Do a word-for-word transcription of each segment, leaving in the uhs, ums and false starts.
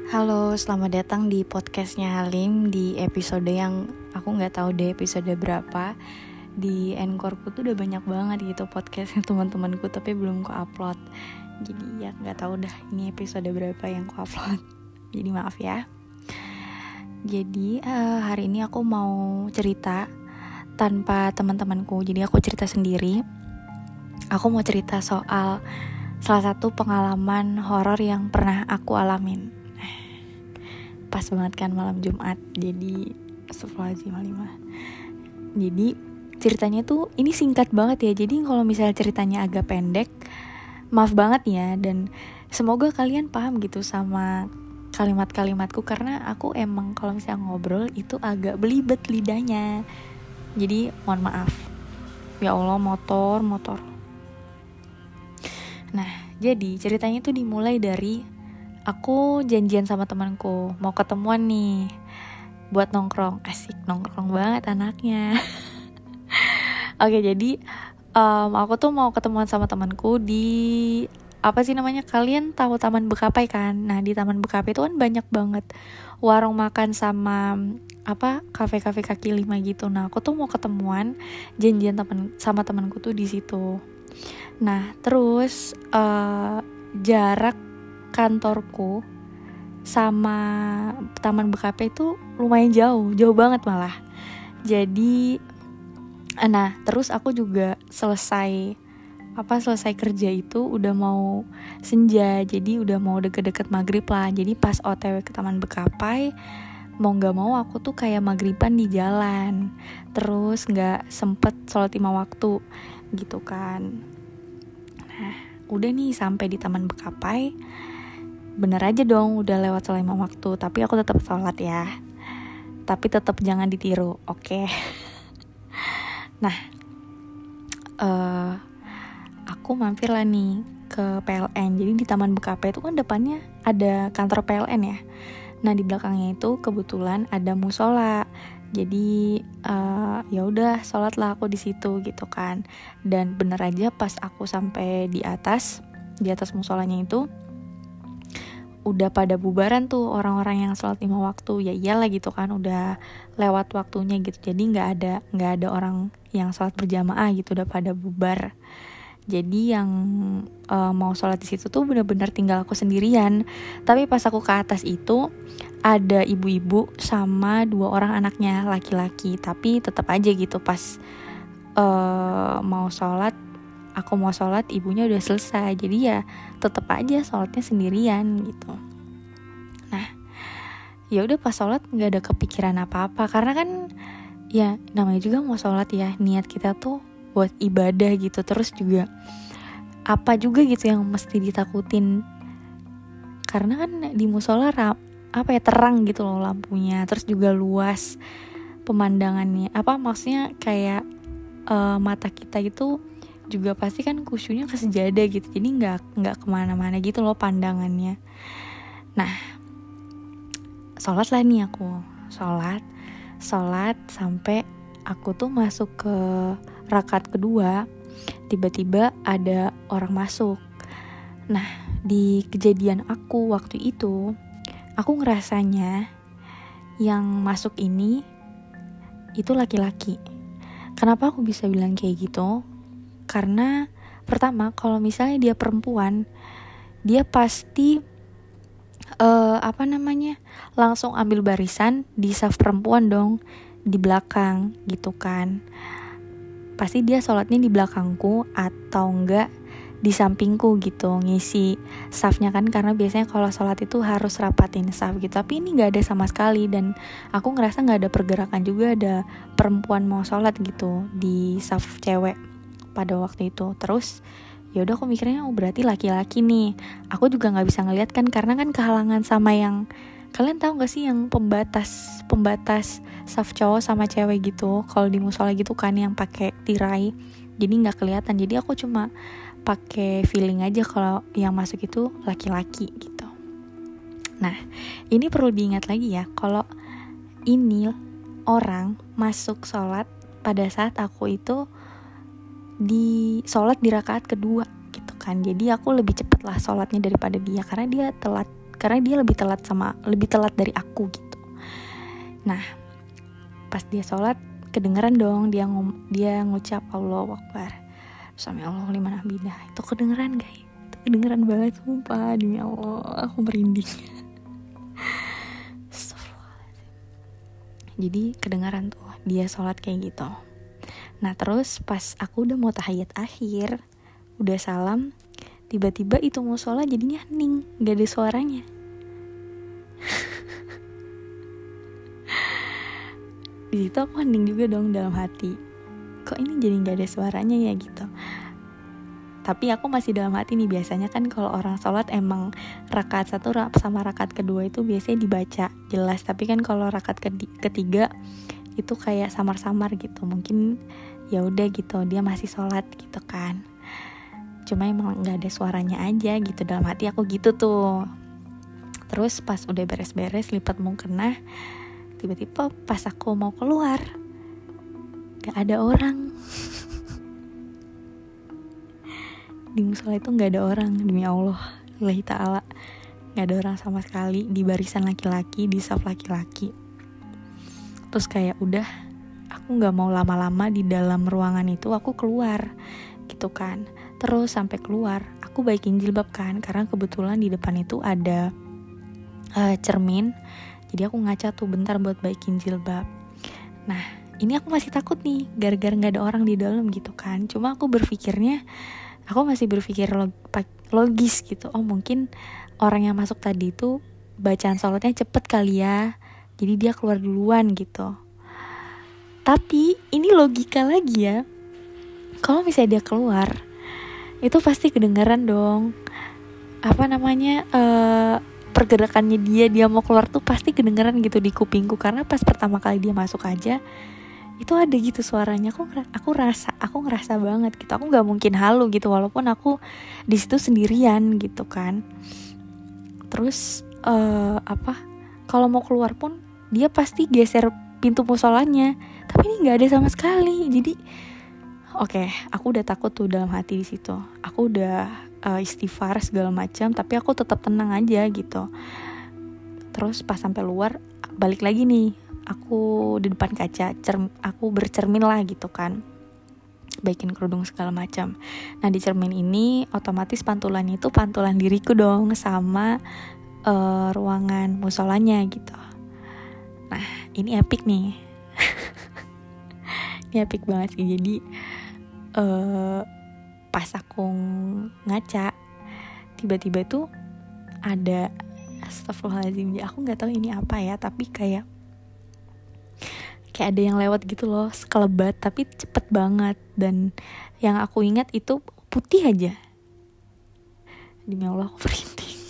Halo, selamat datang di podcastnya Halim. Di episode yang aku gak tahu deh episode berapa. Di Anchorku tuh udah banyak banget gitu podcastnya teman-temanku, tapi belum ku upload. Jadi ya gak tahu dah ini episode berapa yang ku upload. Jadi maaf ya. Jadi uh, hari ini aku mau cerita tanpa teman-temanku. Jadi aku cerita sendiri. Aku mau cerita soal salah satu pengalaman horor yang pernah aku alamin. Pas banget kan malam Jumat. Jadi astagfirullahaladzim halimah. Jadi ceritanya tuh ini singkat banget ya. Jadi kalau misalnya ceritanya agak pendek, maaf banget ya. Dan semoga kalian paham gitu sama kalimat-kalimatku, karena aku emang kalau misalnya ngobrol itu agak belibet lidahnya. Jadi mohon maaf. Ya Allah, motor, motor. Nah, jadi ceritanya tuh dimulai dari aku janjian sama temanku mau ketemuan nih buat nongkrong. Asik, nongkrong banget anaknya. Oke, jadi um, aku tuh mau ketemuan sama temanku di apa sih namanya? Kalian tahu Taman Bekapai kan? Nah, di Taman Bekapai itu kan banyak banget warung makan sama apa kafe-kafe kaki lima gitu. Nah, aku tuh mau ketemuan janjian teman sama temanku tuh di situ. Nah, terus uh, jarak kantorku sama Taman Bekapai itu lumayan jauh, jauh banget malah. Jadi, nah terus aku juga selesai apa selesai kerja itu udah mau senja, jadi udah mau deket-deket maghrib lah. Jadi pas O T W ke Taman Bekapai, mau nggak mau aku tuh kayak maghriban di jalan, terus nggak sempet sholat lima waktu gitu kan. Nah udah nih sampai di Taman Bekapai. Bener aja dong udah lewat sholat lima waktu, tapi aku tetap sholat ya. Tapi tetap jangan ditiru, oke? Okay? Nah, uh, aku mampir lah nih ke P L N. Jadi di Taman Bekapai itu kan depannya ada kantor P L N ya. Nah di belakangnya itu kebetulan ada musola. Jadi uh, ya udah sholat lah aku di situ gitu kan. Dan bener aja pas aku sampai di atas, di atas musolanya itu udah pada bubaran tuh orang-orang yang sholat lima waktu. Ya iyalah gitu kan, udah lewat waktunya gitu. Jadi nggak ada nggak ada orang yang sholat berjamaah gitu, udah pada bubar. Jadi yang uh, mau sholat di situ tuh benar-benar tinggal aku sendirian. Tapi pas aku ke atas itu ada ibu-ibu sama dua orang anaknya laki-laki. Tapi tetap aja gitu pas uh, mau sholat, aku mau sholat, ibunya udah selesai. Jadi ya tetap aja sholatnya sendirian gitu. Nah, ya udah pas sholat nggak ada kepikiran apa-apa, karena kan ya namanya juga mau sholat ya, niat kita tuh buat ibadah gitu. Terus juga apa juga gitu yang mesti ditakutin, karena kan di musola rap, apa ya terang gitu loh lampunya, terus juga luas pemandangannya. Apa maksudnya kayak uh, mata kita itu juga pasti kan khusyuknya ke sejadah gitu, jadi nggak nggak kemana-mana gitu loh pandangannya. Nah, sholat lah nih aku, sholat, sholat sampai aku tuh masuk ke rakaat kedua, tiba-tiba ada orang masuk. Nah, di kejadian aku waktu itu, aku ngerasanya yang masuk ini itu laki-laki. Kenapa aku bisa bilang kayak gitu? Karena pertama, kalau misalnya dia perempuan, dia pasti uh, apa namanya langsung ambil barisan di saf perempuan dong, di belakang gitu kan. Pasti dia sholatnya di belakangku atau enggak di sampingku gitu, ngisi safnya kan, karena biasanya kalau sholat itu harus rapatin saf gitu. Tapi ini nggak ada sama sekali, dan aku ngerasa nggak ada pergerakan juga ada perempuan mau sholat gitu di saf cewek pada waktu itu. Terus ya udah aku mikirnya oh berarti laki-laki nih. Aku juga nggak bisa ngeliat kan, karena kan kehalangan sama yang, kalian tahu nggak sih yang pembatas pembatas saf cowok sama cewek gitu kalau di musola gitu kan, yang pakai tirai, jadi nggak kelihatan. Jadi aku cuma pakai feeling aja kalau yang masuk itu laki-laki gitu. Nah ini perlu diingat lagi ya, kalau ini orang masuk sholat pada saat aku itu di sholat di rakaat kedua gitu kan. Jadi aku lebih cepet lah sholatnya daripada dia, karena dia telat karena dia lebih telat sama lebih telat dari aku gitu. Nah pas dia sholat kedengeran dong dia ngom, dia ngucap Allahu Akbar, Sami Allah liman hamidah. Itu kedengeran guys, itu kedengeran banget sumpah, demi Allah aku merinding. Jadi kedengaran tuh dia sholat kayak gitu. Nah terus pas aku udah mau tahiyat akhir, udah salam, tiba-tiba itu musola jadinya hening, gak ada suaranya. Di situ aku hening juga dong dalam hati, kok ini jadi gak ada suaranya ya gitu. Tapi aku masih dalam hati nih, biasanya kan kalau orang sholat emang rakaat satu sama rakaat kedua itu biasanya dibaca jelas. Tapi kan kalau rakaat ketiga itu kayak samar-samar gitu. Mungkin ya udah gitu, dia masih sholat gitu kan. Cuma emang nggak ada suaranya aja gitu, dalam hati aku gitu tuh. Terus pas udah beres-beres lipat mukena, tiba-tiba pas aku mau keluar nggak ada orang. Di musola itu nggak ada orang, demi Allah, lillahi ta'ala, nggak ada orang sama sekali di barisan laki-laki, di saf laki-laki. Terus kayak udah, aku nggak mau lama-lama di dalam ruangan itu, aku keluar gitu kan. Terus sampai keluar aku baikin jilbab kan, karena kebetulan di depan itu ada uh, cermin, jadi aku ngaca tuh bentar buat baikin jilbab. Nah ini aku masih takut nih gara-gara nggak ada orang di dalam gitu kan. Cuma aku berpikirnya Aku masih berpikir log- logis gitu. Oh mungkin orang yang masuk tadi itu bacaan sholatnya cepet kali ya, jadi dia keluar duluan gitu. Tapi ini logika lagi ya, kalau misalnya dia keluar itu pasti kedengaran dong apa namanya uh, pergerakannya dia dia mau keluar tuh pasti kedengaran gitu di kupingku. Karena pas pertama kali dia masuk aja itu ada gitu suaranya, aku aku rasa aku ngerasa banget gitu. Aku nggak mungkin halu gitu walaupun aku di situ sendirian gitu kan. Terus uh, apa kalau mau keluar pun dia pasti geser pintu musolanya, tapi ini nggak ada sama sekali. Jadi oke okay, aku udah takut tuh dalam hati di situ. Aku udah uh, istighfar segala macam, tapi aku tetap tenang aja gitu. Terus pas sampai luar balik lagi nih, aku di depan kaca, cerm, aku bercermin lah gitu kan, baikin kerudung segala macam. Nah di cermin ini otomatis pantulannya itu pantulan diriku dong sama uh, ruangan musolanya gitu. Nah ini epic nih. Ini epic banget sih. Jadi uh, pas aku ngaca, tiba-tiba tuh ada, astagfirullahaladzim, ya aku nggak tahu ini apa ya, tapi kayak kayak ada yang lewat gitu loh, sekelebat tapi cepet banget. Dan yang aku ingat itu putih aja, demi Allah aku merinding.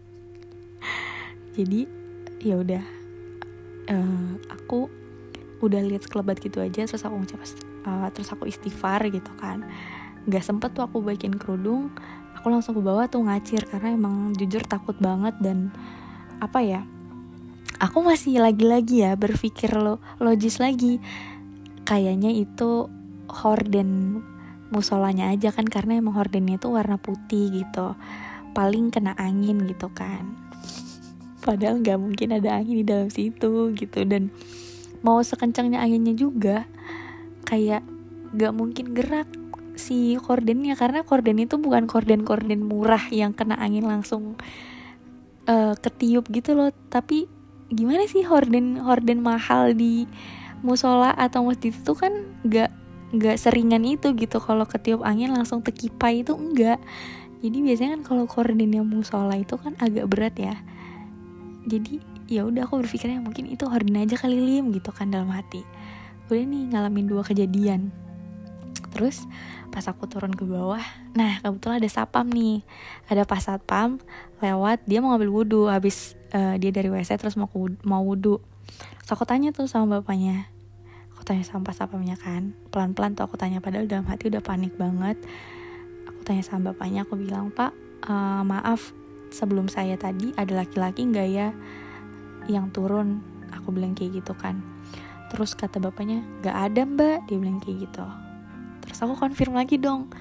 Jadi ya udah, uh, aku udah lihat sekelebat gitu aja, terus aku ngucap uh, terus aku istighfar gitu kan. Nggak sempet tuh aku baikin kerudung, aku langsung ke bawah tuh ngacir karena emang jujur takut banget. Dan apa ya, aku masih lagi-lagi ya berpikir lo, logis lagi, kayaknya itu horden musolanya aja kan, karena emang hordennya itu warna putih gitu, paling kena angin gitu kan. Padahal nggak mungkin ada angin di dalam situ gitu. Dan mau sekencangnya anginnya juga kayak nggak mungkin gerak si kordennya, karena korden itu bukan korden-korden murah yang kena angin langsung uh, ketiup gitu loh. Tapi gimana sih, horden horden mahal di musola atau masjid itu kan nggak nggak seringan itu gitu. Kalau ketiup angin langsung tekipai itu enggak. Jadi biasanya kan kalau kordennya musola itu kan agak berat ya. Jadi ya udah aku berpikirnya mungkin itu horden aja kali Lim gitu kan dalam hati. Udah nih ngalamin dua kejadian. Terus pas aku turun ke bawah, nah kebetulan ada sapam nih, ada pas satpam lewat, dia mau ngambil wudhu habis uh, dia dari W C terus mau wudhu, mau wudhu. Terus aku tanya tuh sama bapaknya, aku tanya sama pas satpamnya kan, pelan-pelan tuh aku tanya, padahal dalam hati udah panik banget. Aku tanya sama bapaknya, aku bilang, Pak uh, maaf sebelum saya tadi ada laki-laki nggak ya yang turun, aku bilang kayak gitu kan. Terus kata bapaknya, nggak ada mbak, dia bilang kayak gitu. Terus aku confirm lagi dong,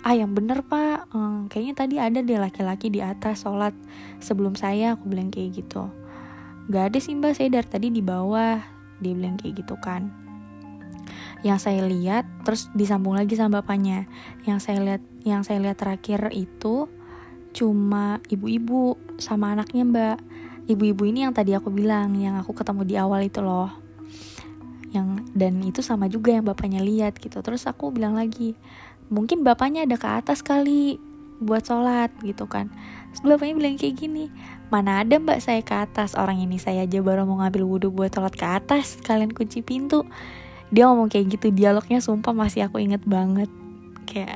ah yang bener pak, hmm, kayaknya tadi ada deh laki-laki di atas sholat sebelum saya. Aku bilang kayak gitu. Gak ada sih mbak, saya dari tadi di bawah. Dia bilang kayak gitu kan. Yang saya lihat, terus disambung lagi sama bapaknya, yang saya lihat yang saya lihat terakhir itu cuma ibu-ibu sama anaknya mbak. Ibu-ibu ini yang tadi aku bilang, yang aku ketemu di awal itu loh, yang dan itu sama juga yang bapaknya lihat gitu. Terus aku bilang lagi, mungkin bapaknya ada ke atas kali buat sholat gitu kan. Terus bapaknya bilang kayak gini, mana ada mbak saya ke atas, orang ini saya aja baru mau ngambil wudhu buat sholat ke atas, kalian kunci pintu. Dia ngomong kayak gitu, dialognya sumpah masih aku inget banget. Kayak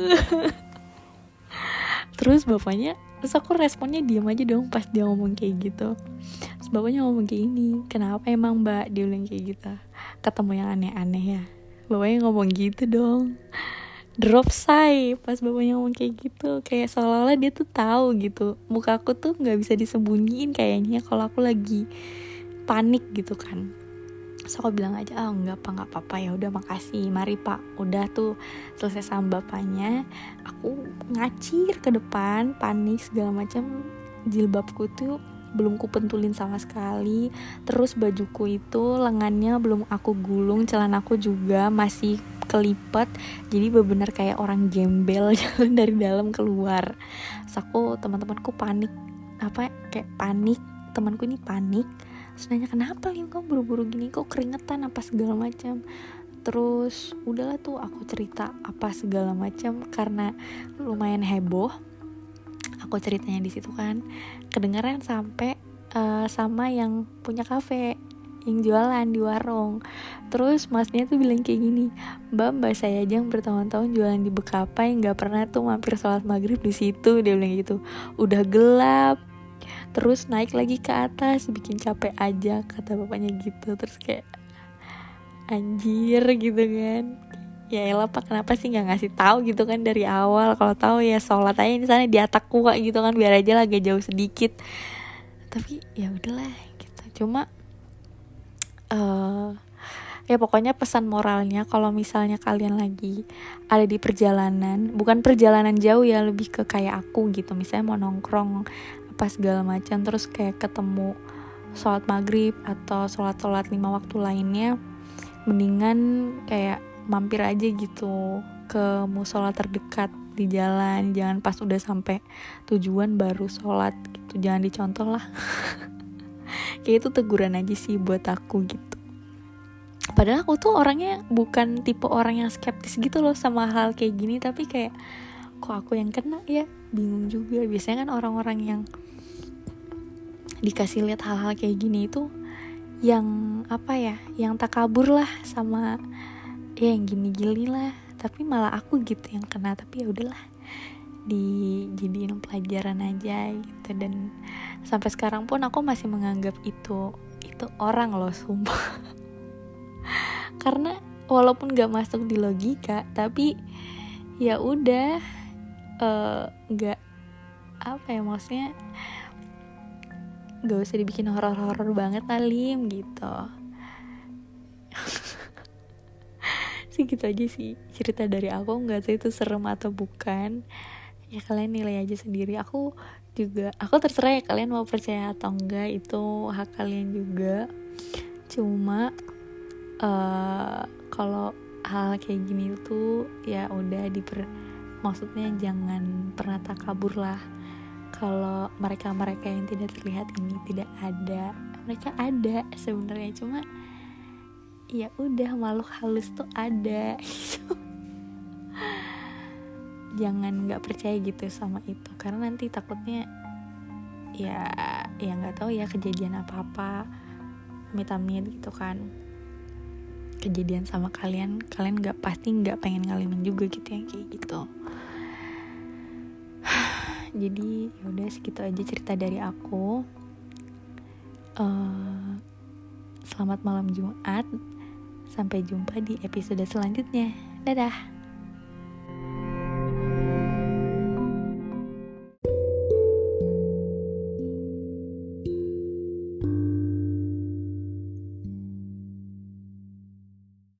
terus bapaknya, terus aku responnya diam aja dong pas dia ngomong kayak gitu. Terus bapaknya ngomong kayak gini, kenapa emang mbak, dia bilang kayak gitu, ketemu yang aneh-aneh ya. Bapaknya ngomong gitu dong, drop say pas bapaknya ngomong kayak gitu, kayak seolah-olah dia tuh tahu gitu muka aku tuh nggak bisa disembunyiin kayaknya kalau aku lagi panik gitu kan. So aku bilang aja, ah oh, nggak apa nggak apa-apa, ya udah makasih, mari pak. Udah tuh selesai sama bapaknya, aku ngacir ke depan, panik segala macam. Jilbabku tuh belum kupentulin sama sekali, terus bajuku itu lengannya belum aku gulung, celanaku juga masih kelipet, jadi bener-bener kayak orang gembel jalan dari dalam keluar. Terus aku, teman-temanku panik, apa kayak panik, temanku ini panik. Terus nanya, kenapa Lim, kamu buru-buru gini, kok keringetan apa segala macam. Terus udahlah tuh aku cerita apa segala macam karena lumayan heboh. Aku ceritanya di situ kan, kedengeran sampai uh, sama yang punya kafe, yang jualan di warung. Terus masnya tuh bilang kayak gini, mbak mbak saya aja yang bertahun-tahun jualan di Bekapai nggak pernah tuh mampir sholat maghrib di situ. Dia bilang gitu, udah gelap, terus naik lagi ke atas, bikin capek aja, kata bapaknya gitu. Terus kayak anjir gitu kan. Ya elah pak, kenapa sih nggak ngasih tahu gitu kan dari awal? Kalau tahu ya sholat aja di sana di atap kuat gitu kan, biar aja lah agak jauh sedikit. Tapi ya udahlah gitu. Cuma uh, ya pokoknya pesan moralnya, kalau misalnya kalian lagi ada di perjalanan, bukan perjalanan jauh ya, lebih ke kayak aku gitu, misalnya mau nongkrong apa segala macam, terus kayak ketemu sholat maghrib atau sholat-sholat lima waktu lainnya, mendingan kayak mampir aja gitu ke musola terdekat di jalan, jangan pas udah sampai tujuan baru sholat gitu, jangan dicontoh lah. Kayak itu teguran aja sih buat aku gitu. Padahal aku tuh orangnya bukan tipe orang yang skeptis gitu loh sama hal kayak gini, tapi kayak kok aku yang kena ya, bingung juga. Biasanya kan orang-orang yang dikasih lihat hal-hal kayak gini itu yang apa ya, yang takabur lah sama ya yang gini-gini lah, tapi malah aku gitu yang kena. Tapi ya udahlah, dijadiin pelajaran aja gitu. Dan sampai sekarang pun aku masih menganggap itu itu orang loh, sumpah. Karena walaupun gak masuk di logika, tapi ya udah uh, gak apa ya, maksudnya gak usah dibikin horor-horor banget lah Lim gitu. Segitu aja sih cerita dari aku, nggak tahu itu serem atau bukan, ya kalian nilai aja sendiri. Aku juga, aku terserah ya kalian mau percaya atau enggak, itu hak kalian juga. Cuma uh, kalau hal kayak gini tuh ya udah diper, maksudnya jangan pernah takabur lah. Kalau mereka-mereka yang tidak terlihat ini tidak ada, mereka ada sebenarnya, cuma ya udah makhluk halus tuh ada gitu. Jangan nggak percaya gitu sama itu, karena nanti takutnya ya ya nggak tahu ya kejadian apa-apa amit-amit gitu kan, kejadian sama kalian, kalian nggak pasti nggak pengen ngalamin juga gitu yang kayak gitu. Jadi ya udah segitu aja cerita dari aku. Uh, selamat malam Jumat. Sampai jumpa di episode selanjutnya. Dadah.